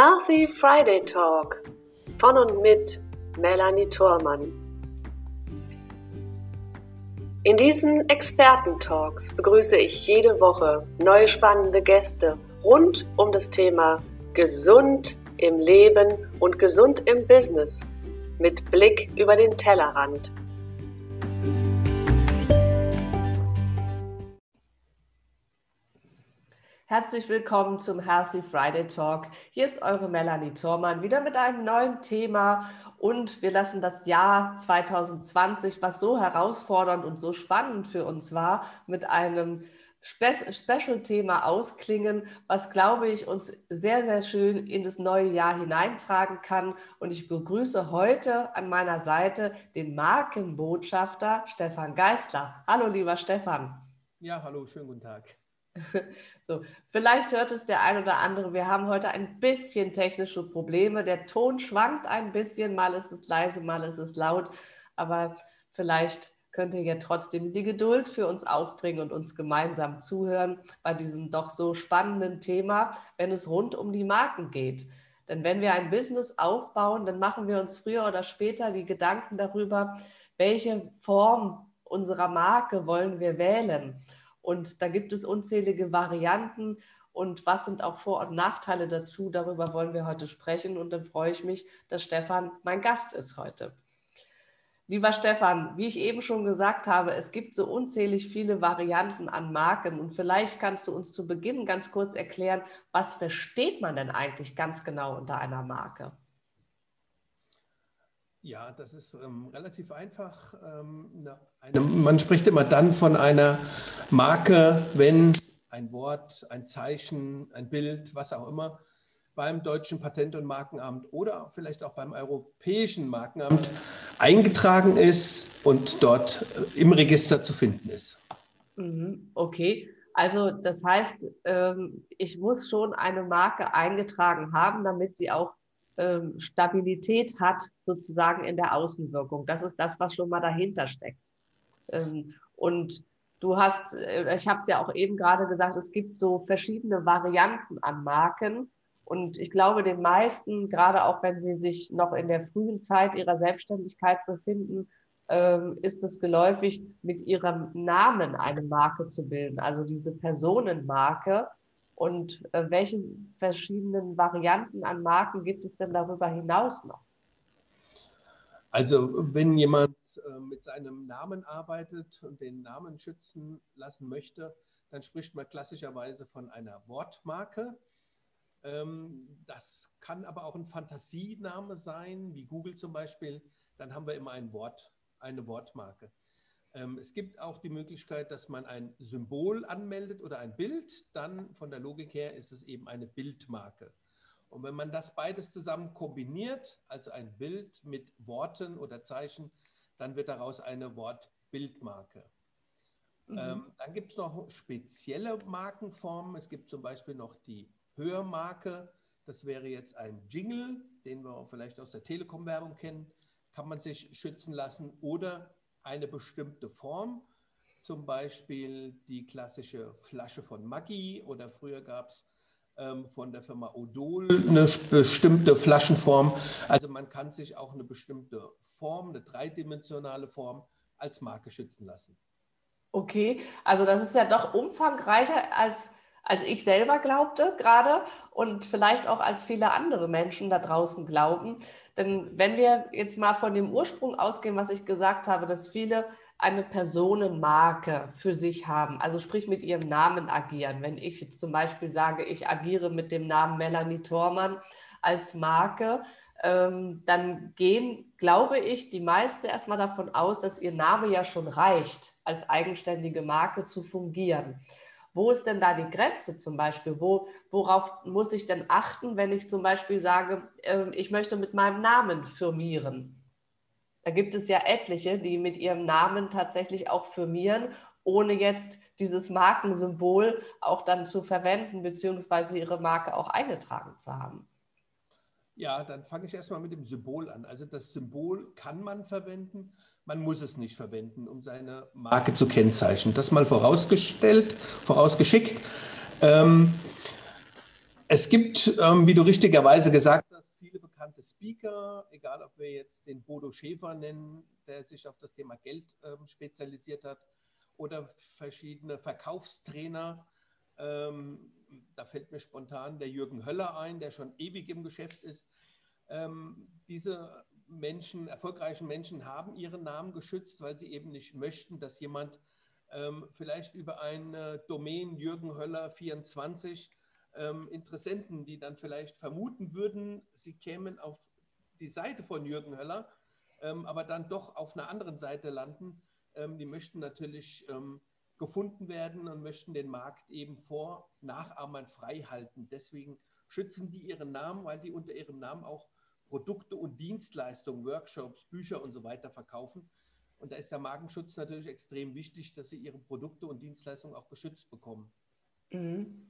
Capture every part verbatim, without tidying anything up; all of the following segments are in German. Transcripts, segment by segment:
Healthy Friday Talk von und mit Melanie Thormann. In diesen Experten-Talks begrüße ich jede Woche neue spannende Gäste rund um das Thema Gesund im Leben und gesund im Business mit Blick über den Tellerrand. Herzlich willkommen zum Healthy Friday Talk. Hier ist eure Melanie Thormann wieder mit einem neuen Thema und wir lassen das Jahr zwanzig zwanzig, was so herausfordernd und so spannend für uns war, mit einem Spe- Special-Thema ausklingen, was, glaube ich, uns sehr, sehr schön in das neue Jahr hineintragen kann. Und ich begrüße heute an meiner Seite den Markenbotschafter Stefan Geisler. Hallo, lieber Stefan. Ja, hallo, schönen guten Tag. So, vielleicht hört es der ein oder andere, wir haben heute ein bisschen technische Probleme. Der Ton schwankt ein bisschen, mal ist es leise, mal ist es laut, aber vielleicht könnt ihr ja trotzdem die Geduld für uns aufbringen und uns gemeinsam zuhören bei diesem doch so spannenden Thema, wenn es rund um die Marken geht. Denn wenn wir ein Business aufbauen, dann machen wir uns früher oder später die Gedanken darüber, welche Form unserer Marke wollen wir wählen. Und da gibt es unzählige Varianten und was sind auch Vor- und Nachteile dazu, darüber wollen wir heute sprechen und dann freue ich mich, dass Stefan mein Gast ist heute. Lieber Stefan, wie ich eben schon gesagt habe, es gibt so unzählig viele Varianten an Marken und vielleicht kannst du uns zu Beginn ganz kurz erklären, was versteht man denn eigentlich ganz genau unter einer Marke? Ja, das ist ähm, relativ einfach. Ähm, eine, eine, man spricht immer dann von einer Marke, wenn ein Wort, ein Zeichen, ein Bild, was auch immer, beim Deutschen Patent- und Markenamt oder vielleicht auch beim Europäischen Markenamt eingetragen ist und dort äh, im Register zu finden ist. Okay, also das heißt, ähm, ich muss schon eine Marke eingetragen haben, damit sie auch ähm, Stabilität hat, sozusagen in der Außenwirkung. Das ist das, was schon mal dahinter steckt. Ähm, und du hast, äh, ich habe es ja auch eben gerade gesagt, es gibt so verschiedene Varianten an Marken. Und ich glaube, den meisten, gerade auch wenn sie sich noch in der frühen Zeit ihrer Selbstständigkeit befinden, ähm, ist es geläufig, mit ihrem Namen eine Marke zu bilden, also diese Personenmarke. Und äh, welche verschiedenen Varianten an Marken gibt es denn darüber hinaus noch? Also wenn jemand äh, mit seinem Namen arbeitet und den Namen schützen lassen möchte, dann spricht man klassischerweise von einer Wortmarke. Ähm, das kann aber auch ein Fantasiename sein, wie Google zum Beispiel. Dann haben wir immer ein Wort, eine Wortmarke. Ähm, es gibt auch die Möglichkeit, dass man ein Symbol anmeldet oder ein Bild. Dann von der Logik her ist es eben eine Bildmarke. Und wenn man das beides zusammen kombiniert, also ein Bild mit Worten oder Zeichen, dann wird daraus eine Wortbildmarke. Mhm. Ähm, dann gibt es noch spezielle Markenformen. Es gibt zum Beispiel noch die Hörmarke. Das wäre jetzt ein Jingle, den wir vielleicht aus der Telekom-Werbung kennen. Kann man sich schützen lassen oder eine bestimmte Form. Zum Beispiel die klassische Flasche von Maggi oder früher gab es von der Firma Odol eine bestimmte Flaschenform. Also man kann sich auch eine bestimmte Form, eine dreidimensionale Form als Marke schützen lassen. Okay, also das ist ja doch umfangreicher als, als ich selber glaubte gerade und vielleicht auch als viele andere Menschen da draußen glauben. Denn wenn wir jetzt mal von dem Ursprung ausgehen, was ich gesagt habe, dass viele eine Personenmarke für sich haben, also sprich mit ihrem Namen agieren. Wenn ich jetzt zum Beispiel sage, ich agiere mit dem Namen Melanie Thormann als Marke, ähm, dann gehen, glaube ich, die meisten erstmal davon aus, dass ihr Name ja schon reicht, als eigenständige Marke zu fungieren. Wo ist denn da die Grenze zum Beispiel? Wo, worauf muss ich denn achten, wenn ich zum Beispiel sage, äh, ich möchte mit meinem Namen firmieren? Da gibt es ja etliche, die mit ihrem Namen tatsächlich auch firmieren, ohne jetzt dieses Markensymbol auch dann zu verwenden, beziehungsweise ihre Marke auch eingetragen zu haben. Ja, dann fange ich erstmal mit dem Symbol an. Also das Symbol kann man verwenden, man muss es nicht verwenden, um seine Marke zu kennzeichnen. Das mal vorausgestellt, vorausgeschickt. Ähm, Es gibt, ähm, wie du richtigerweise gesagt hast, viele bekannte Speaker, egal ob wir jetzt den Bodo Schäfer nennen, der sich auf das Thema Geld ähm, spezialisiert hat, oder verschiedene Verkaufstrainer. Ähm, da fällt mir spontan der Jürgen Höller ein, der schon ewig im Geschäft ist. Ähm, diese Menschen, erfolgreichen Menschen haben ihren Namen geschützt, weil sie eben nicht möchten, dass jemand ähm, vielleicht über eine Domain Jürgen Höller vierundzwanzig ähm, Interessenten, die dann vielleicht vermuten würden, sie kämen auf die Seite von Jürgen Höller, ähm, aber dann doch auf einer anderen Seite landen. Ähm, die möchten natürlich ähm, gefunden werden und möchten den Markt eben vor Nachahmern frei halten. Deswegen schützen die ihren Namen, weil die unter ihrem Namen auch Produkte und Dienstleistungen, Workshops, Bücher und so weiter verkaufen. Und da ist der Markenschutz natürlich extrem wichtig, dass sie ihre Produkte und Dienstleistungen auch geschützt bekommen. Mhm.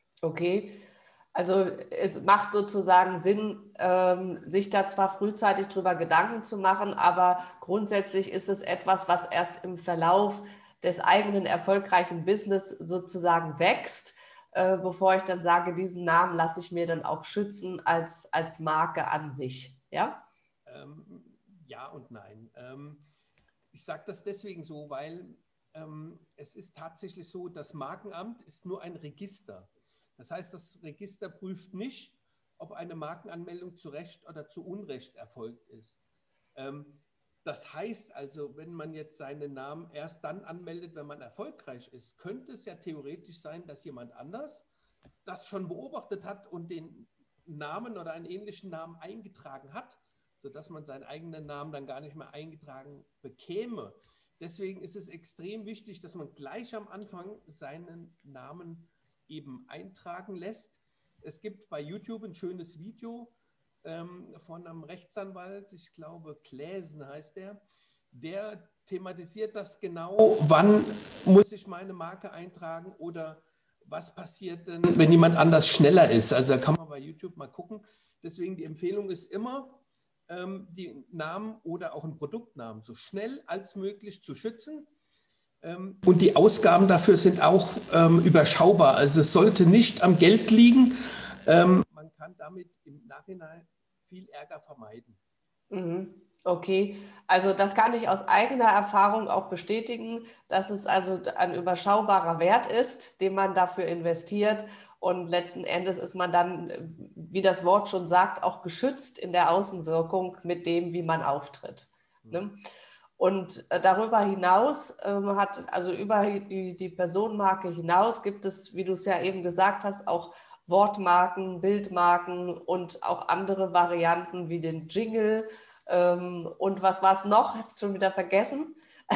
Okay, also es macht sozusagen Sinn, ähm, sich da zwar frühzeitig drüber Gedanken zu machen, aber grundsätzlich ist es etwas, was erst im Verlauf des eigenen erfolgreichen Business sozusagen wächst, äh, bevor ich dann sage, diesen Namen lasse ich mir dann auch schützen als, als Marke an sich. Ja? Ähm, ja und nein. Ähm, ich sage das deswegen so, weil ähm, es ist tatsächlich so, das Markenamt ist nur ein Register. Das heißt, das Register prüft nicht, ob eine Markenanmeldung zu Recht oder zu Unrecht erfolgt ist. Ähm, das heißt also, wenn man jetzt seinen Namen erst dann anmeldet, wenn man erfolgreich ist, könnte es ja theoretisch sein, dass jemand anders das schon beobachtet hat und den Namen oder einen ähnlichen Namen eingetragen hat, sodass man seinen eigenen Namen dann gar nicht mehr eingetragen bekäme. Deswegen ist es extrem wichtig, dass man gleich am Anfang seinen Namen eben eintragen lässt. Es gibt bei YouTube ein schönes Video ähm, von einem Rechtsanwalt, ich glaube Kläsen heißt der, der thematisiert das genau, wann muss ich meine Marke eintragen oder was passiert denn, wenn jemand anders schneller ist. Also da kann man bei YouTube mal gucken. Deswegen die Empfehlung ist immer, ähm, die Namen oder auch einen Produktnamen so schnell als möglich zu schützen. Ähm, und die Ausgaben dafür sind auch ähm, überschaubar. Also es sollte nicht am Geld liegen. Ähm, man kann damit im Nachhinein viel Ärger vermeiden. Mhm. Okay, also das kann ich aus eigener Erfahrung auch bestätigen, dass es also ein überschaubarer Wert ist, den man dafür investiert. Und letzten Endes ist man dann, wie das Wort schon sagt, auch geschützt in der Außenwirkung mit dem, wie man auftritt. Ne? Und darüber hinaus ähm, hat, also über die, die Personenmarke hinaus gibt es, wie du es ja eben gesagt hast, auch Wortmarken, Bildmarken und auch andere Varianten wie den Jingle. Ähm, und was war es noch? Ich habe es schon wieder vergessen.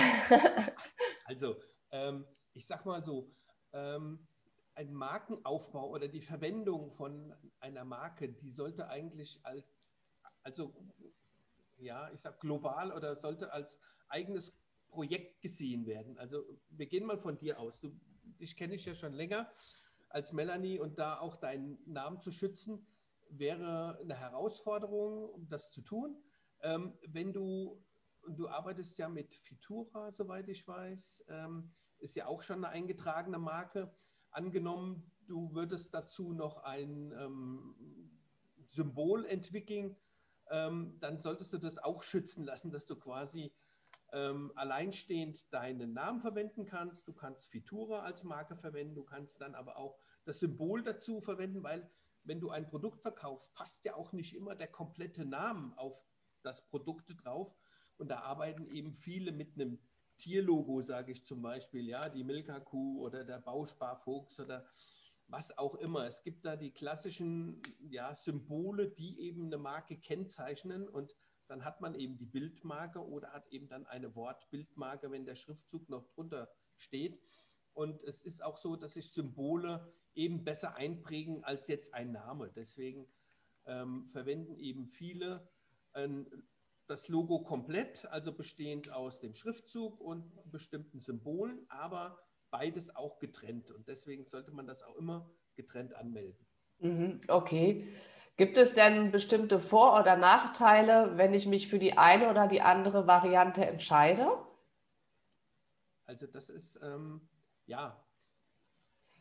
Also, ähm, ich sag mal so, ähm, ein Markenaufbau oder die Verwendung von einer Marke, die sollte eigentlich als, also ja, ich sag global oder sollte als eigenes Projekt gesehen werden. Also wir gehen mal von dir aus. Du, dich kenne ich ja schon länger als Melanie und da auch deinen Namen zu schützen, wäre eine Herausforderung, um das zu tun. Ähm, wenn du, du arbeitest ja mit Fitura, soweit ich weiß, ähm, ist ja auch schon eine eingetragene Marke. Angenommen, du würdest dazu noch ein ähm, Symbol entwickeln, ähm, dann solltest du das auch schützen lassen, dass du quasi ähm, alleinstehend deinen Namen verwenden kannst. Du kannst Fitura als Marke verwenden, du kannst dann aber auch das Symbol dazu verwenden, weil wenn du ein Produkt verkaufst, passt ja auch nicht immer der komplette Name auf das Produkt drauf. Und da arbeiten eben viele mit einem Tierlogo, sage ich zum Beispiel, ja, die Milka-Kuh oder der Bausparfuchs oder was auch immer. Es gibt da die klassischen ja, Symbole, die eben eine Marke kennzeichnen und dann hat man eben die Bildmarke oder hat eben dann eine Wortbildmarke, wenn der Schriftzug noch drunter steht. Und es ist auch so, dass sich Symbole eben besser einprägen als jetzt ein Name. Deswegen ähm, verwenden eben viele ähm, das Logo komplett, also bestehend aus dem Schriftzug und bestimmten Symbolen, aber beides auch getrennt. Und deswegen sollte man das auch immer getrennt anmelden. Mhm, okay. Gibt es denn bestimmte Vor- oder Nachteile, wenn ich mich für die eine oder die andere Variante entscheide? Also das ist, ähm, ja,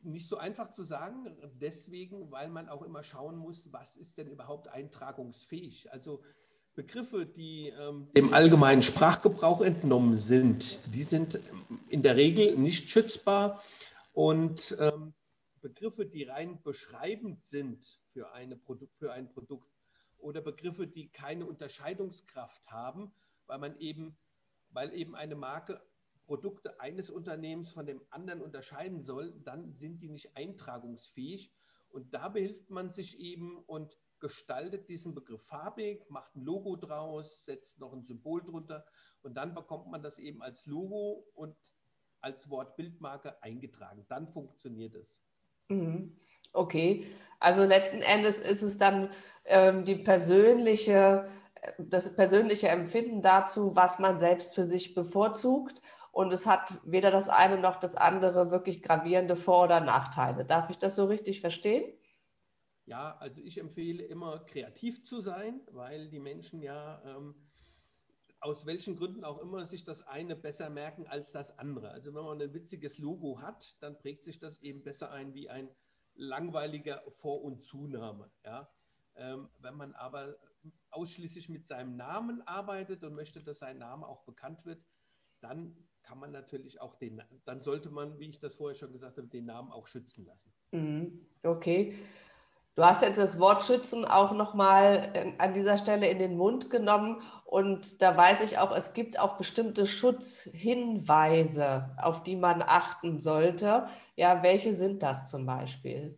nicht so einfach zu sagen, deswegen, weil man auch immer schauen muss, was ist denn überhaupt eintragungsfähig. Also Begriffe, die ähm, dem allgemeinen Sprachgebrauch entnommen sind, die sind in der Regel nicht schützbar. Und ähm, Begriffe, die rein beschreibend sind für, eine Produ- für ein Produkt oder Begriffe, die keine Unterscheidungskraft haben, weil man eben, weil eben eine Marke Produkte eines Unternehmens von dem anderen unterscheiden soll, dann sind die nicht eintragungsfähig. Und da behilft man sich eben und gestaltet diesen Begriff farbig, macht ein Logo draus, setzt noch ein Symbol drunter und dann bekommt man das eben als Logo und als Wortbildmarke eingetragen. Dann funktioniert es. Mhm. Okay, also letzten Endes ist es dann ähm, die persönliche, das persönliche Empfinden dazu, was man selbst für sich bevorzugt. Und es hat weder das eine noch das andere wirklich gravierende Vor- oder Nachteile. Darf ich das so richtig verstehen? Ja, also ich empfehle immer kreativ zu sein, weil die Menschen ja ähm, aus welchen Gründen auch immer sich das eine besser merken als das andere. Also wenn man ein witziges Logo hat, dann prägt sich das eben besser ein wie ein langweiliger Vor- und Zunahme. Ja? Ähm, wenn man aber ausschließlich mit seinem Namen arbeitet und möchte, dass sein Name auch bekannt wird, dann kann man natürlich auch den, dann sollte man, wie ich das vorher schon gesagt habe, den Namen auch schützen lassen. Mhm. Okay. Du hast jetzt das Wort Schützen auch nochmal an dieser Stelle in den Mund genommen und da weiß ich auch, es gibt auch bestimmte Schutzhinweise, auf die man achten sollte. Ja, welche sind das zum Beispiel?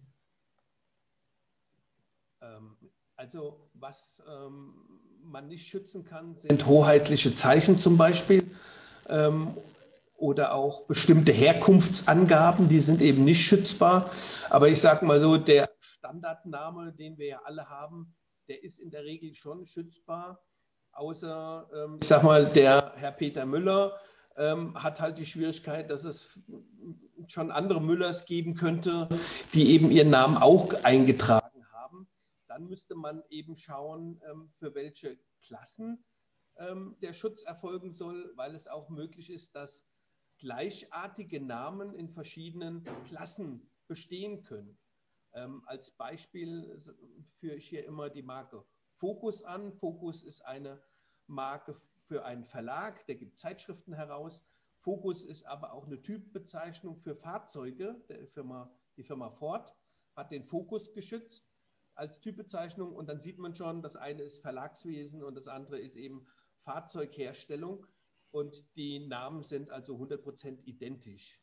Ähm, also was ähm, man nicht schützen kann, sind hoheitliche Zeichen zum Beispiel. Ähm, oder auch bestimmte Herkunftsangaben, die sind eben nicht schützbar. Aber ich sage mal so, der Standardname, den wir ja alle haben, der ist in der Regel schon schützbar. Außer, ähm, ich sage mal, der Herr Peter Müller ähm, hat halt die Schwierigkeit, dass es schon andere Müllers geben könnte, die eben ihren Namen auch eingetragen haben. Dann müsste man eben schauen, ähm, für welche Klassen ähm, der Schutz erfolgen soll, weil es auch möglich ist, dass gleichartige Namen in verschiedenen Klassen bestehen können. Ähm, als Beispiel führe ich hier immer die Marke Focus an. Focus ist eine Marke für einen Verlag, der gibt Zeitschriften heraus. Focus ist aber auch eine Typbezeichnung für Fahrzeuge. Der Firma, die Firma Ford hat den Focus geschützt als Typbezeichnung und dann sieht man schon, das eine ist Verlagswesen und das andere ist eben Fahrzeugherstellung. Und die Namen sind also hundert Prozent identisch.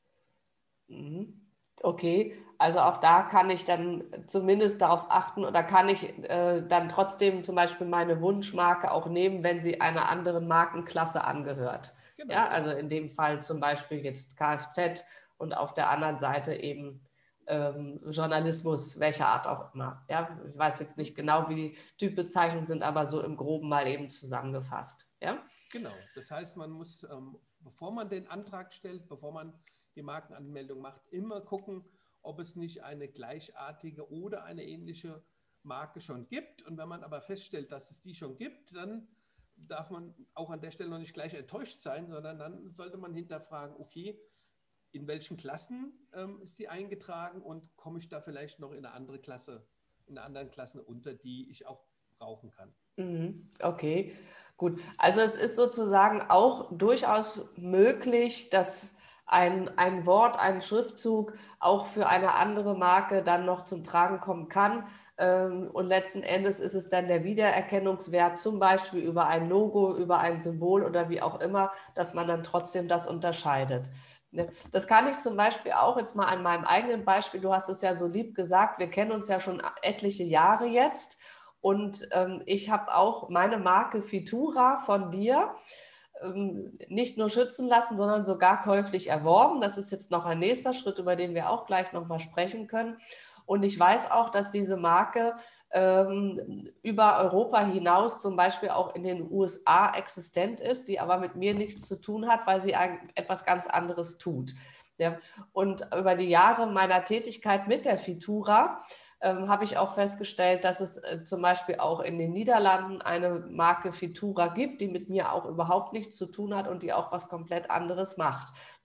Okay, also auch da kann ich dann zumindest darauf achten oder kann ich äh, dann trotzdem zum Beispiel meine Wunschmarke auch nehmen, wenn sie einer anderen Markenklasse angehört. Genau. Ja, also in dem Fall zum Beispiel jetzt Kfz und auf der anderen Seite eben ähm, Journalismus, welcher Art auch immer. Ja, ich weiß jetzt nicht genau, wie die Typbezeichnungen sind, aber so im Groben mal eben zusammengefasst. Ja. Genau, das heißt, man muss, ähm, bevor man den Antrag stellt, bevor man die Markenanmeldung macht, immer gucken, ob es nicht eine gleichartige oder eine ähnliche Marke schon gibt. Und wenn man aber feststellt, dass es die schon gibt, dann darf man auch an der Stelle noch nicht gleich enttäuscht sein, sondern dann sollte man hinterfragen, okay, in welchen Klassen ähm, ist die eingetragen und komme ich da vielleicht noch in eine andere Klasse, in einer anderen Klasse unter, die ich auch brauchen kann. Mhm. Okay, gut. Also es ist sozusagen auch durchaus möglich, dass ein, ein Wort, ein Schriftzug auch für eine andere Marke dann noch zum Tragen kommen kann. Ähm, Und letzten Endes ist es dann der Wiedererkennungswert, zum Beispiel über ein Logo, über ein Symbol oder wie auch immer, dass man dann trotzdem das unterscheidet. Ne? Das kann ich zum Beispiel auch jetzt mal an meinem eigenen Beispiel, du hast es ja so lieb gesagt, wir kennen uns ja schon etliche Jahre jetzt. Und ähm, ich habe auch meine Marke Fitura von dir ähm, nicht nur schützen lassen, sondern sogar käuflich erworben. Das ist jetzt noch ein nächster Schritt, über den wir auch gleich nochmal sprechen können. Und ich weiß auch, dass diese Marke ähm, über Europa hinaus zum Beispiel auch in den U S A existent ist, die aber mit mir nichts zu tun hat, weil sie ein, etwas ganz anderes tut. Ja. Und über die Jahre meiner Tätigkeit mit der Fitura ähm, habe ich auch festgestellt, dass es äh, zum Beispiel auch in den Niederlanden eine Marke Fitura gibt, die mit mir auch überhaupt nichts zu tun hat und die auch was komplett anderes macht.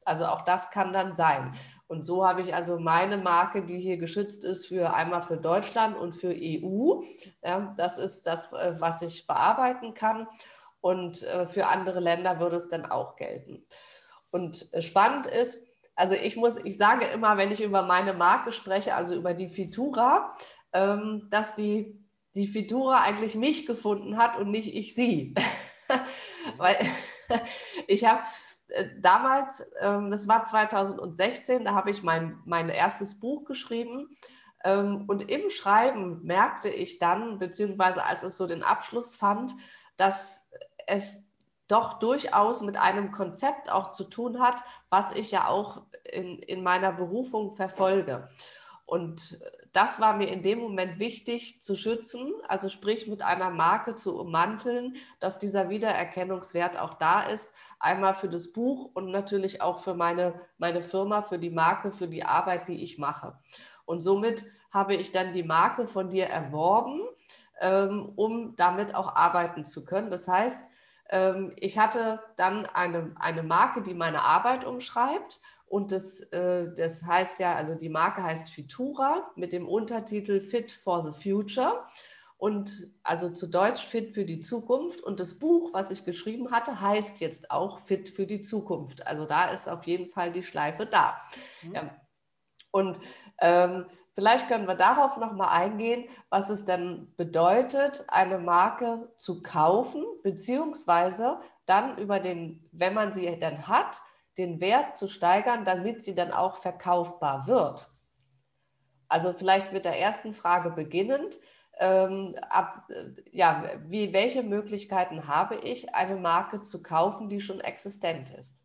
Also auch das kann dann sein. Und so habe ich also meine Marke, die hier geschützt ist, für einmal für Deutschland und für E U. Ja, das ist das, was ich bearbeiten kann. Und für andere Länder würde es dann auch gelten. Und spannend ist, also ich muss, ich sage immer, wenn ich über meine Marke spreche, also über die Fitura, dass die, die Fitura eigentlich mich gefunden hat und nicht ich sie. Weil ich habe damals, das war zweitausendsechzehn, da habe ich mein, mein erstes Buch geschrieben. Und im Schreiben merkte ich dann, beziehungsweise als es so den Abschluss fand, dass es doch durchaus mit einem Konzept auch zu tun hat, was ich ja auch in, in meiner Berufung verfolge. Und das war mir in dem Moment wichtig zu schützen, also sprich mit einer Marke zu ummanteln, dass dieser Wiedererkennungswert auch da ist, einmal für das Buch und natürlich auch für meine, meine Firma, für die Marke, für die Arbeit, die ich mache. Und somit habe ich dann die Marke von dir erworben, ähm, um damit auch arbeiten zu können. Das heißt, ähm, ich hatte dann eine, eine Marke, die meine Arbeit umschreibt. Und das, äh, das heißt ja, also die Marke heißt Fitura mit dem Untertitel Fit for the Future und also zu Deutsch Fit für die Zukunft. Und das Buch, was ich geschrieben hatte, heißt jetzt auch Fit für die Zukunft. Also da ist auf jeden Fall die Schleife da. Mhm. Ja. Und ähm, vielleicht können wir darauf nochmal eingehen, was es denn bedeutet, eine Marke zu kaufen, beziehungsweise dann über den, wenn man sie dann hat, den Wert zu steigern, damit sie dann auch verkaufbar wird. Also vielleicht mit der ersten Frage beginnend. Ähm, ab, ja, wie, welche Möglichkeiten habe ich, eine Marke zu kaufen, die schon existent ist?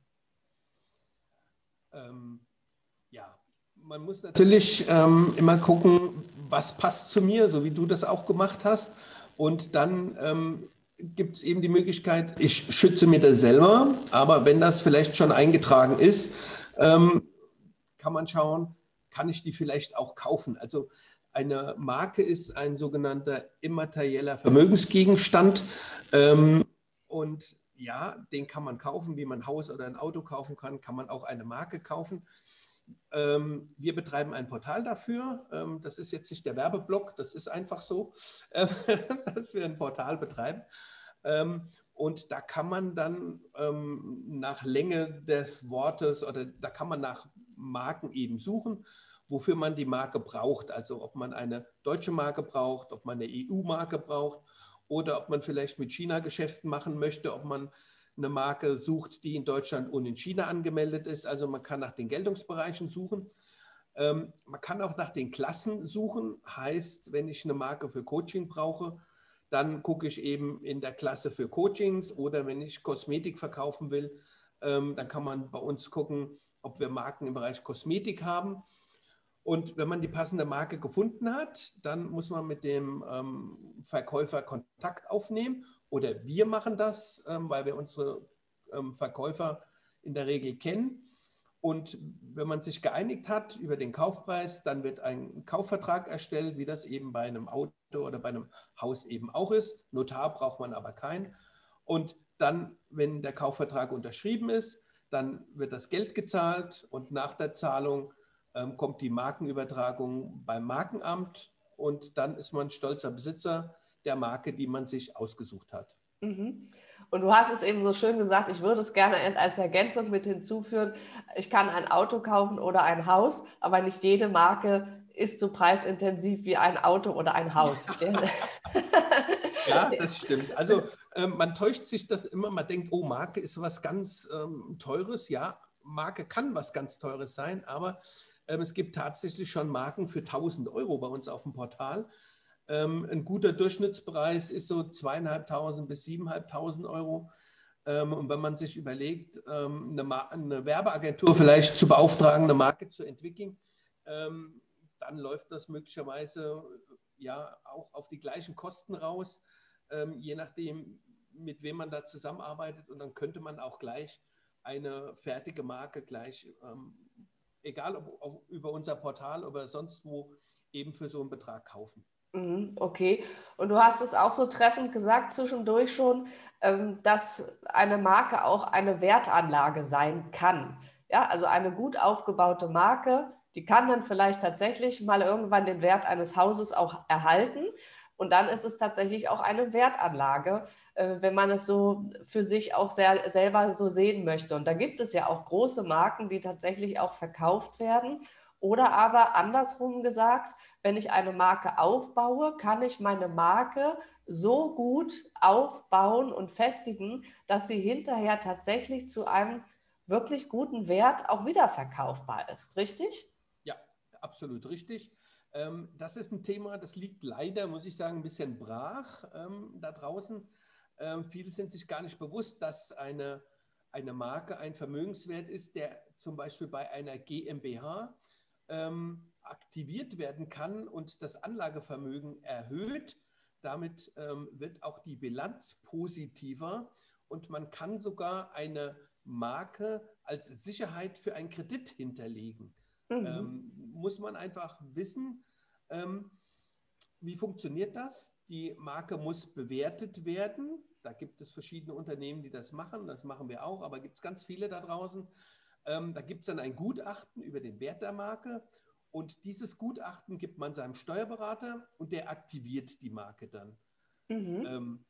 Ähm, ja, man muss natürlich ähm, immer gucken, was passt zu mir, so wie du das auch gemacht hast. Und dann ähm, gibt es eben die Möglichkeit, ich schütze mir das selber, aber wenn das vielleicht schon eingetragen ist, ähm, kann man schauen, kann ich die vielleicht auch kaufen. Also eine Marke ist ein sogenannter immaterieller Vermögensgegenstand ähm, und ja, den kann man kaufen, wie man ein Haus oder ein Auto kaufen kann, kann man auch eine Marke kaufen. Ähm, wir betreiben ein Portal dafür. Ähm, das ist jetzt nicht der Werbeblock, das ist einfach so, äh, dass wir ein Portal betreiben. Ähm, und da kann man dann ähm, nach Länge des Wortes oder da kann man nach Marken eben suchen, wofür man die Marke braucht. Also ob man eine deutsche Marke braucht, ob man eine E U-Marke braucht oder ob man vielleicht mit China Geschäften machen möchte, ob man eine Marke sucht, die in Deutschland und in China angemeldet ist. Also man kann nach den Geltungsbereichen suchen. Ähm, man kann auch nach den Klassen suchen. Heißt, wenn ich eine Marke für Coaching brauche, dann gucke ich eben in der Klasse für Coachings oder wenn ich Kosmetik verkaufen will, ähm, dann kann man bei uns gucken, ob wir Marken im Bereich Kosmetik haben. Und wenn man die passende Marke gefunden hat, dann muss man mit dem ähm, Verkäufer Kontakt aufnehmen. Oder wir machen das, ähm, weil wir unsere ähm, Verkäufer in der Regel kennen. Und wenn man sich geeinigt hat über den Kaufpreis, dann wird ein Kaufvertrag erstellt, wie das eben bei einem Auto oder bei einem Haus eben auch ist. Notar braucht man aber keinen. Und dann, wenn der Kaufvertrag unterschrieben ist, dann wird das Geld gezahlt und nach der Zahlung ähm, kommt die Markenübertragung beim Markenamt und dann ist man stolzer Besitzer der Marke, die man sich ausgesucht hat. Mhm. Und du hast es eben so schön gesagt, ich würde es gerne als Ergänzung mit hinzufügen, ich kann ein Auto kaufen oder ein Haus, aber nicht jede Marke ist so preisintensiv wie ein Auto oder ein Haus. Ja, das stimmt. Also ähm, man täuscht sich das immer, man denkt, oh, Marke ist was ganz ähm, Teures. Ja, Marke kann was ganz Teures sein, aber ähm, es gibt tatsächlich schon Marken für tausend Euro bei uns auf dem Portal. Ähm, ein guter Durchschnittspreis ist so zweieinhalbtausend bis siebeneinhalbtausend Euro. Ähm, und wenn man sich überlegt, ähm, eine, Ma- eine Werbeagentur vielleicht zu beauftragen, eine Marke zu entwickeln, ähm, dann läuft das möglicherweise ja auch auf die gleichen Kosten raus, ähm, je nachdem, mit wem man da zusammenarbeitet. Und dann könnte man auch gleich eine fertige Marke gleich, ähm, egal ob auf, über unser Portal oder sonst wo, eben für so einen Betrag kaufen. Okay, und du hast es auch so treffend gesagt zwischendurch schon, dass eine Marke auch eine Wertanlage sein kann. Ja, also eine gut aufgebaute Marke, die kann dann vielleicht tatsächlich mal irgendwann den Wert eines Hauses auch erhalten. Und dann ist es tatsächlich auch eine Wertanlage, äh, wenn man es so für sich auch sehr, selber so sehen möchte. Und da gibt es ja auch große Marken, die tatsächlich auch verkauft werden. Oder aber andersrum gesagt, wenn ich eine Marke aufbaue, kann ich meine Marke so gut aufbauen und festigen, dass sie hinterher tatsächlich zu einem wirklich guten Wert auch wiederverkaufbar ist. Richtig? Ja, absolut richtig. Ähm, das ist ein Thema, das liegt leider, muss ich sagen, ein bisschen brach ähm, da draußen. Ähm, viele sind sich gar nicht bewusst, dass eine, eine Marke ein Vermögenswert ist, der zum Beispiel bei einer GmbH ähm, aktiviert werden kann und das Anlagevermögen erhöht. Damit ähm, wird auch die Bilanz positiver und man kann sogar eine Marke als Sicherheit für einen Kredit hinterlegen. Mhm. Ähm, muss man einfach wissen, ähm, wie funktioniert das? Die Marke muss bewertet werden. Da gibt es verschiedene Unternehmen, die das machen. Das machen wir auch, aber gibt es ganz viele da draußen. Ähm, da gibt es dann ein Gutachten über den Wert der Marke und dieses Gutachten gibt man seinem Steuerberater und der aktiviert die Marke dann. Mhm. Ähm,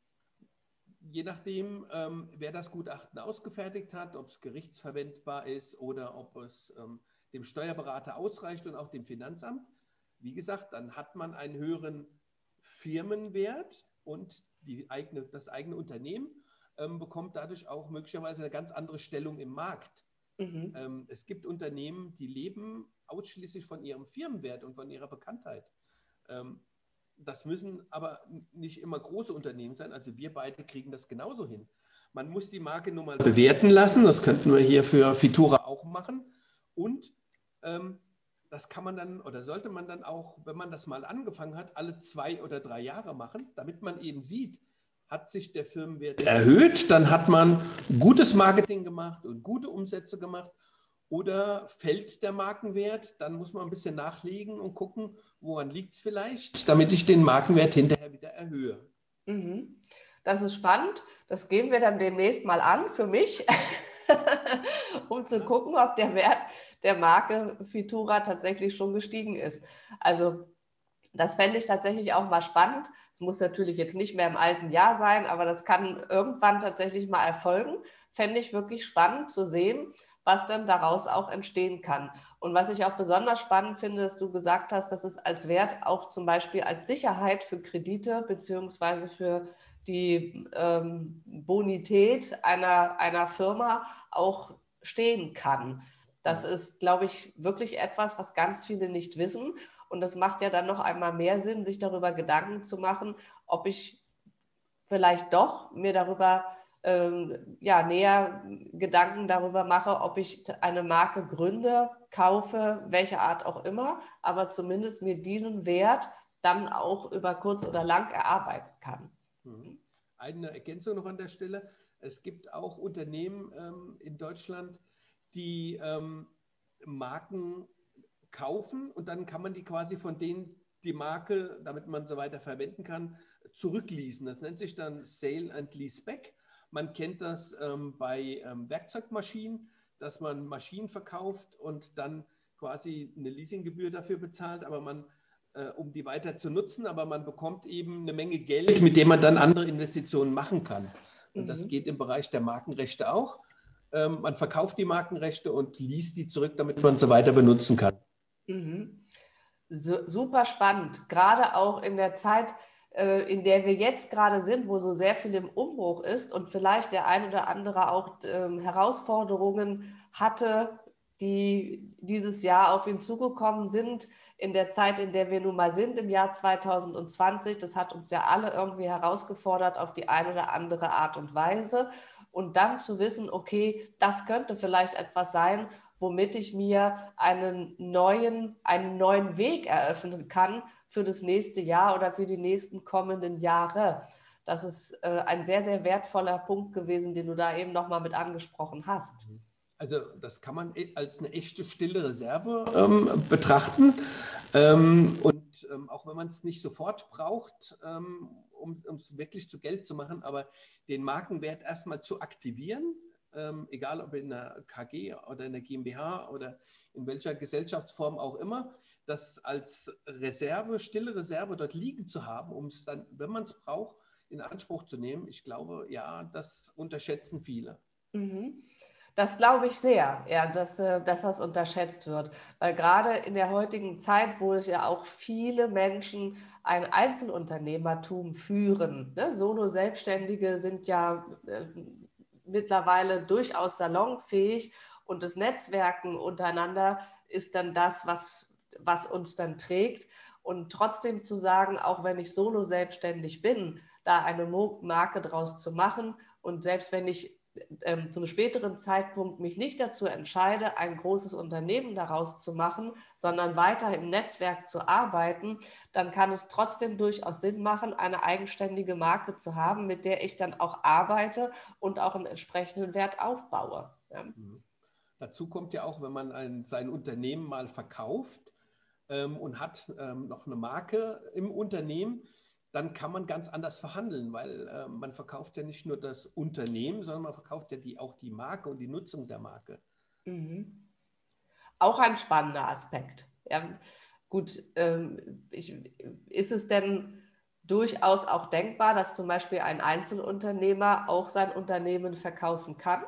je nachdem, ähm, wer das Gutachten ausgefertigt hat, ob es gerichtsverwendbar ist oder ob es ähm, dem Steuerberater ausreicht und auch dem Finanzamt. Wie gesagt, dann hat man einen höheren Firmenwert und die eigene, das eigene Unternehmen ähm, bekommt dadurch auch möglicherweise eine ganz andere Stellung im Markt. Mhm. Ähm, es gibt Unternehmen, die leben ausschließlich von ihrem Firmenwert und von ihrer Bekanntheit. Ähm, das müssen aber nicht immer große Unternehmen sein. Also wir beide kriegen das genauso hin. Man muss die Marke nur mal bewerten lassen. Das könnten wir hier für Fitura auch machen. Und ähm, das kann man dann oder sollte man dann auch, wenn man das mal angefangen hat, alle zwei oder drei Jahre machen, damit man eben sieht, hat sich der Firmenwert erhöht, dann hat man gutes Marketing gemacht und gute Umsätze gemacht. Oder fällt der Markenwert, dann muss man ein bisschen nachlegen und gucken, woran liegt es vielleicht, damit ich den Markenwert hinterher wieder erhöhe. Mhm. Das ist spannend. Das gehen wir dann demnächst mal an für mich, um zu gucken, ob der Wert der Marke Fitura tatsächlich schon gestiegen ist. Also das fände ich tatsächlich auch mal spannend. Es muss natürlich jetzt nicht mehr im alten Jahr sein, aber das kann irgendwann tatsächlich mal erfolgen. Fände ich wirklich spannend zu sehen, was dann daraus auch entstehen kann. Und was ich auch besonders spannend finde, dass du gesagt hast, dass es als Wert auch zum Beispiel als Sicherheit für Kredite beziehungsweise für die ähm, Bonität einer, einer Firma auch stehen kann. Das ist, glaube ich, wirklich etwas, was ganz viele nicht wissen. Und das macht ja dann noch einmal mehr Sinn, sich darüber Gedanken zu machen, ob ich vielleicht doch mir darüber ähm, ja, näher Gedanken darüber mache, ob ich eine Marke gründe, kaufe, welche Art auch immer, aber zumindest mir diesen Wert dann auch über kurz oder lang erarbeiten kann. Eine Ergänzung noch an der Stelle. Es gibt auch Unternehmen ähm, in Deutschland, die ähm, Marken kaufen und dann kann man die quasi von denen die Marke, damit man sie weiter verwenden kann, zurückleasen. Das nennt sich dann Sale and Leaseback. Man kennt das ähm, bei ähm, Werkzeugmaschinen, dass man Maschinen verkauft und dann quasi eine Leasinggebühr dafür bezahlt, aber man, äh, um die weiter zu nutzen, aber man bekommt eben eine Menge Geld, mit dem man dann andere Investitionen machen kann. Und mhm. das geht im Bereich der Markenrechte auch. Ähm, man verkauft die Markenrechte und liest die zurück, damit man sie weiter benutzen kann. Mhm. So, super spannend, gerade auch in der Zeit, äh, in der wir jetzt gerade sind, wo so sehr viel im Umbruch ist und vielleicht der ein oder andere auch ähm, Herausforderungen hatte, die dieses Jahr auf ihn zugekommen sind, in der Zeit, in der wir nun mal sind, im Jahr zwanzig zwanzig. Das hat uns ja alle irgendwie herausgefordert auf die eine oder andere Art und Weise. Und dann zu wissen, okay, das könnte vielleicht etwas sein, womit ich mir einen neuen, einen neuen Weg eröffnen kann für das nächste Jahr oder für die nächsten kommenden Jahre. Das ist äh, ein sehr, sehr wertvoller Punkt gewesen, den du da eben nochmal mit angesprochen hast. Also das kann man als eine echte stille Reserve ähm, betrachten. Ähm, und ähm, auch wenn man es nicht sofort braucht, ähm, um es wirklich zu Geld zu machen, aber den Markenwert erstmal zu aktivieren, ähm, egal ob in einer K G oder in einer GmbH oder in welcher Gesellschaftsform auch immer, das als Reserve, stille Reserve dort liegen zu haben, um es dann, wenn man es braucht, in Anspruch zu nehmen. Ich glaube, ja, das unterschätzen viele. Mhm. Das glaube ich sehr, ja, dass, äh, dass das unterschätzt wird. Weil gerade in der heutigen Zeit, wo es ja auch viele Menschen ein Einzelunternehmertum führen, ne? Solo-Selbstständige sind ja äh, mittlerweile durchaus salonfähig und das Netzwerken untereinander ist dann das, was, was uns dann trägt. Und trotzdem zu sagen, auch wenn ich solo-selbstständig bin, da eine Marke draus zu machen und selbst wenn ich ähm, zum späteren Zeitpunkt mich nicht dazu entscheide, ein großes Unternehmen daraus zu machen, sondern weiter im Netzwerk zu arbeiten, dann kann es trotzdem durchaus Sinn machen, eine eigenständige Marke zu haben, mit der ich dann auch arbeite und auch einen entsprechenden Wert aufbaue. Ja. Mhm. Dazu kommt ja auch, wenn man ein, sein Unternehmen mal verkauft ähm, und hat ähm, noch eine Marke im Unternehmen, dann kann man ganz anders verhandeln, weil äh, man verkauft ja nicht nur das Unternehmen, sondern man verkauft ja die, auch die Marke und die Nutzung der Marke. Mhm. Auch ein spannender Aspekt. Ja, gut, ähm, ich, ist es denn durchaus auch denkbar, dass zum Beispiel ein Einzelunternehmer auch sein Unternehmen verkaufen kann?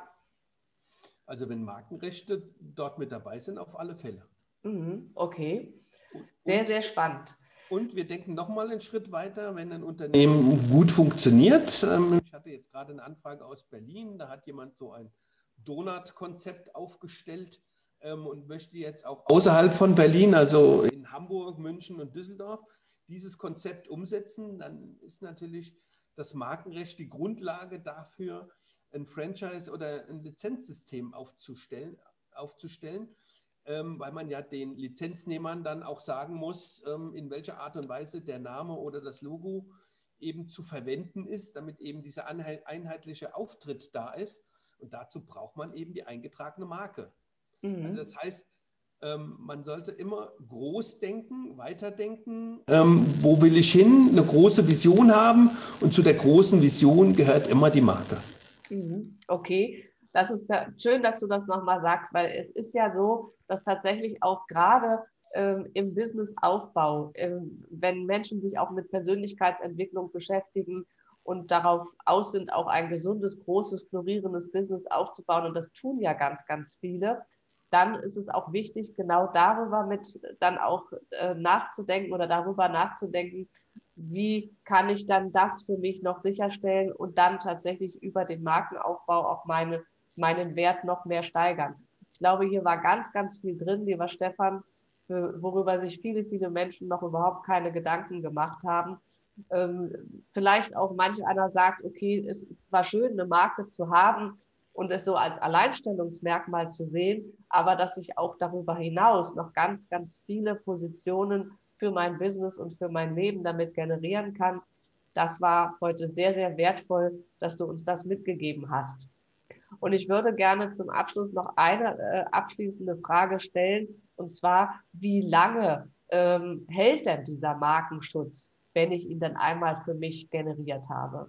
Also wenn Markenrechte dort mit dabei sind, auf alle Fälle. Mhm, okay, Und, sehr, und sehr spannend. Und wir denken nochmal einen Schritt weiter, wenn ein Unternehmen gut funktioniert. Ich hatte jetzt gerade eine Anfrage aus Berlin, da hat jemand so ein Donut-Konzept aufgestellt und möchte jetzt auch außerhalb von Berlin, also in Hamburg, München und Düsseldorf, dieses Konzept umsetzen. Dann ist natürlich das Markenrecht die Grundlage dafür, ein Franchise- oder ein Lizenzsystem aufzustellen, aufzustellen. Ähm, weil man ja den Lizenznehmern dann auch sagen muss, ähm, in welcher Art und Weise der Name oder das Logo eben zu verwenden ist, damit eben dieser einheitliche Auftritt da ist. Und dazu braucht man eben die eingetragene Marke. Mhm. Also das heißt, ähm, man sollte immer groß denken, weiterdenken. Ähm, wo will ich hin? Eine große Vision haben und zu der großen Vision gehört immer die Marke. Mhm. Okay, das ist da, schön, dass du das nochmal sagst, weil es ist ja so, dass tatsächlich auch gerade ähm, im Businessaufbau, ähm, wenn Menschen sich auch mit Persönlichkeitsentwicklung beschäftigen und darauf aus sind, auch ein gesundes, großes, florierendes Business aufzubauen, und das tun ja ganz, ganz viele, dann ist es auch wichtig, genau darüber mit dann auch äh, nachzudenken oder darüber nachzudenken, wie kann ich dann das für mich noch sicherstellen und dann tatsächlich über den Markenaufbau auch meine, meinen Wert noch mehr steigern. Ich glaube, hier war ganz, ganz viel drin, lieber Stefan, worüber sich viele, viele Menschen noch überhaupt keine Gedanken gemacht haben. Ähm, vielleicht auch manch einer sagt, okay, es, es war schön, eine Marke zu haben und es so als Alleinstellungsmerkmal zu sehen, aber dass ich auch darüber hinaus noch ganz, ganz viele Positionen für mein Business und für mein Leben damit generieren kann. Das war heute sehr, sehr wertvoll, dass du uns das mitgegeben hast. Und ich würde gerne zum Abschluss noch eine äh, abschließende Frage stellen, und zwar, wie lange ähm, hält denn dieser Markenschutz, wenn ich ihn dann einmal für mich generiert habe?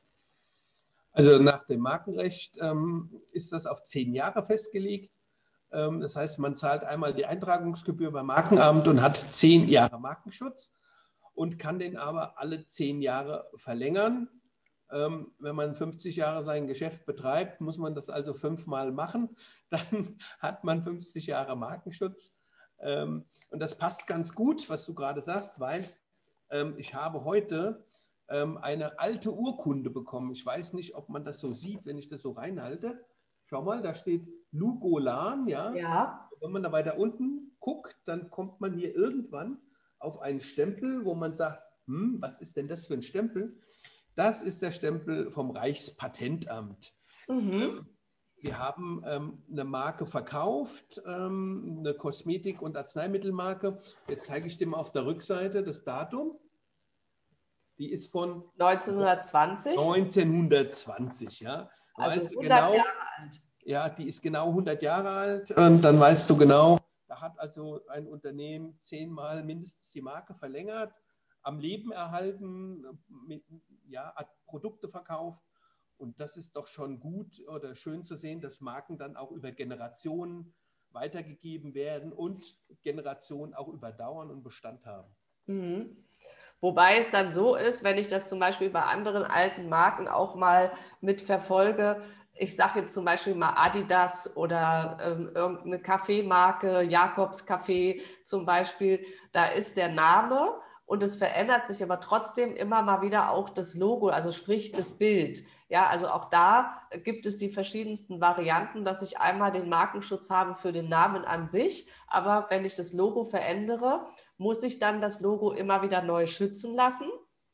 Also nach dem Markenrecht ähm, ist das auf zehn Jahre festgelegt. Ähm, das heißt, man zahlt einmal die Eintragungsgebühr beim Markenamt und hat zehn Jahre Markenschutz und kann den aber alle zehn Jahre verlängern. Ähm, wenn man fünfzig Jahre sein Geschäft betreibt, muss man das also fünfmal machen. Dann hat man fünfzig Jahre Markenschutz. Ähm, und das passt ganz gut, was du gerade sagst, weil ähm, ich habe heute ähm, eine alte Urkunde bekommen. Ich weiß nicht, ob man das so sieht, wenn ich das so reinhalte. Schau mal, da steht Lugolan, ja. Ja. Wenn man da weiter unten guckt, dann kommt man hier irgendwann auf einen Stempel, wo man sagt, hm, was ist denn das für ein Stempel? Das ist der Stempel vom Reichspatentamt. Mhm. Wir haben ähm, eine Marke verkauft, ähm, eine Kosmetik- und Arzneimittelmarke. Jetzt zeige ich dir mal auf der Rückseite das Datum. Die ist von neunzehnhundertzwanzig. neunzehnhundertzwanzig, ja. Also Weißt du hundert genau, Jahre alt. ja, die ist genau hundert Jahre alt und dann weißt du genau, da hat also ein Unternehmen zehnmal mindestens die Marke verlängert, am Leben erhalten, mit, ja, hat Produkte verkauft Und das ist doch schon gut oder schön zu sehen, dass Marken dann auch über Generationen weitergegeben werden und Generationen auch überdauern und Bestand haben. Mhm. Wobei es dann so ist, wenn ich das zum Beispiel bei anderen alten Marken auch mal mitverfolge, ich sage jetzt zum Beispiel mal Adidas oder ähm, irgendeine Kaffeemarke, Jakobs Kaffee zum Beispiel, da ist der Name und es verändert sich aber trotzdem immer mal wieder auch das Logo, also sprich das Bild. Ja, also auch da gibt es die verschiedensten Varianten, dass ich einmal den Markenschutz habe für den Namen an sich, aber wenn ich das Logo verändere, muss ich dann das Logo immer wieder neu schützen lassen?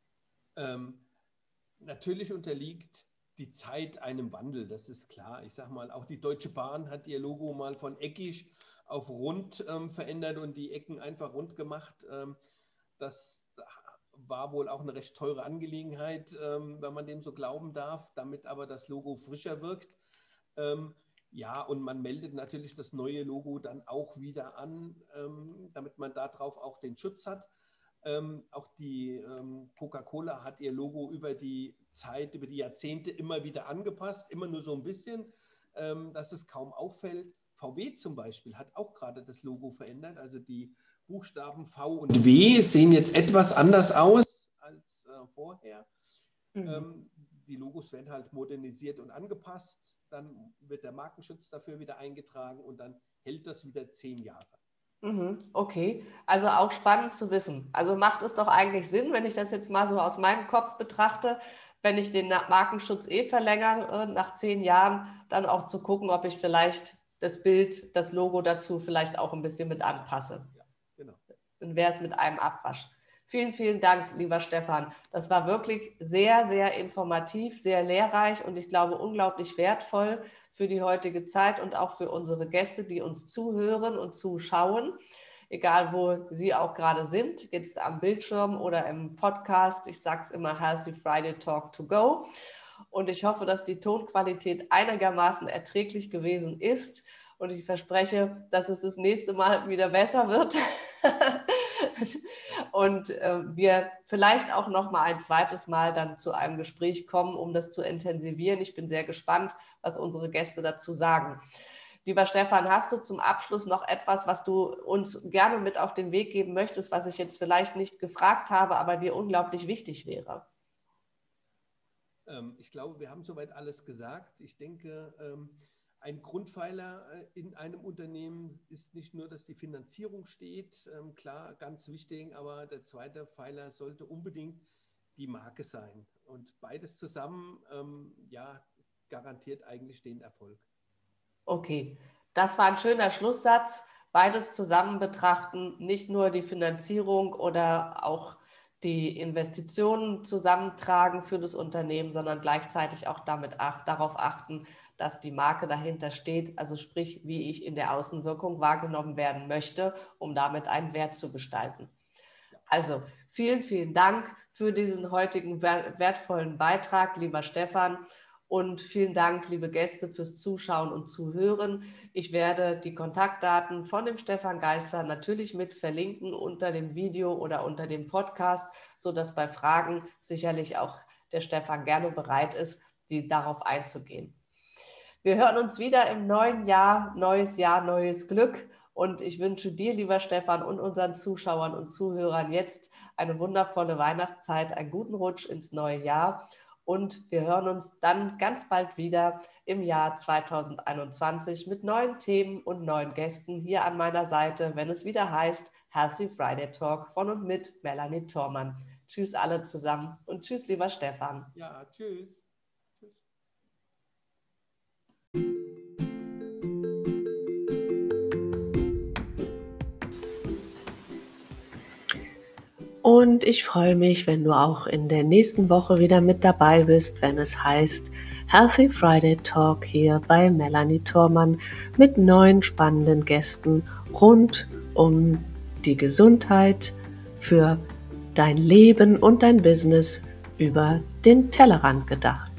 Ähm, natürlich unterliegt die Zeit einem Wandel, das ist klar. Ich sage mal, auch die Deutsche Bahn hat ihr Logo mal von eckig auf rund ähm, verändert und die Ecken einfach rund gemacht. Ähm, das war wohl auch eine recht teure Angelegenheit, ähm, wenn man dem so glauben darf, damit aber das Logo frischer wirkt. Ähm, ja, und man meldet natürlich das neue Logo dann auch wieder an, ähm, damit man darauf auch den Schutz hat. Ähm, auch die ähm, Coca-Cola hat ihr Logo über die Zeit, über die Jahrzehnte immer wieder angepasst, immer nur so ein bisschen, ähm, dass es kaum auffällt. V W zum Beispiel hat auch gerade das Logo verändert, also die Buchstaben V und W sehen jetzt etwas anders aus als äh, vorher. Mhm. Ähm, die Logos werden halt modernisiert und angepasst, dann wird der Markenschutz dafür wieder eingetragen und dann hält das wieder zehn Jahre. Okay, also auch spannend zu wissen. Also macht es doch eigentlich Sinn, wenn ich das jetzt mal so aus meinem Kopf betrachte, wenn ich den Markenschutz eh verlängere, nach zehn Jahren, dann auch zu gucken, ob ich vielleicht das Bild, das Logo dazu vielleicht auch ein bisschen mit anpasse. Ja, genau. Dann wäre es mit einem Abwasch. Vielen, vielen Dank, lieber Stefan. Das war wirklich sehr, sehr informativ, sehr lehrreich und ich glaube unglaublich wertvoll für die heutige Zeit und auch für unsere Gäste, die uns zuhören und zuschauen, egal wo Sie auch gerade sind, jetzt am Bildschirm oder im Podcast. Ich sage es immer, Healthy Friday Talk to go. Und ich hoffe, dass die Tonqualität einigermaßen erträglich gewesen ist. Und ich verspreche, dass es das nächste Mal wieder besser wird. Und äh, wir vielleicht auch noch mal ein zweites Mal dann zu einem Gespräch kommen, um das zu intensivieren. Ich bin sehr gespannt, was unsere Gäste dazu sagen. Lieber Stefan, hast du zum Abschluss noch etwas, was du uns gerne mit auf den Weg geben möchtest, was ich jetzt vielleicht nicht gefragt habe, aber dir unglaublich wichtig wäre? Ähm, ich glaube, wir haben soweit alles gesagt. Ich denke, ähm, ein Grundpfeiler in einem Unternehmen ist nicht nur, dass die Finanzierung steht, ähm, klar, ganz wichtig, aber der zweite Pfeiler sollte unbedingt die Marke sein. Und beides zusammen, ähm, ja, garantiert eigentlich den Erfolg. Okay, das war ein schöner Schlusssatz. Beides zusammen betrachten, nicht nur die Finanzierung oder auch die Investitionen zusammentragen für das Unternehmen, sondern gleichzeitig auch damit ach, darauf achten, dass die Marke dahinter steht, also sprich, wie ich in der Außenwirkung wahrgenommen werden möchte, um damit einen Wert zu gestalten. Also vielen, vielen Dank für diesen heutigen wertvollen Beitrag, lieber Stefan. Und vielen Dank, liebe Gäste, fürs Zuschauen und Zuhören. Ich werde die Kontaktdaten von dem Stefan Geisler natürlich mit verlinken unter dem Video oder unter dem Podcast, sodass bei Fragen sicherlich auch der Stefan gerne bereit ist, die darauf einzugehen. Wir hören uns wieder im neuen Jahr, neues Jahr, neues Glück. Und ich wünsche dir, lieber Stefan, und unseren Zuschauern und Zuhörern jetzt eine wundervolle Weihnachtszeit, einen guten Rutsch ins neue Jahr. Und wir hören uns dann ganz bald wieder im Jahr zweitausendeinundzwanzig mit neuen Themen und neuen Gästen hier an meiner Seite, wenn es wieder heißt Healthy Friday Talk von und mit Melanie Thormann. Tschüss alle zusammen und tschüss, lieber Stefan. Ja, tschüss. Tschüss. Und ich freue mich, wenn du auch in der nächsten Woche wieder mit dabei bist, wenn es heißt Healthy Friday Talk hier bei Melanie Thormann mit neuen spannenden Gästen rund um die Gesundheit für dein Leben und dein Business über den Tellerrand gedacht.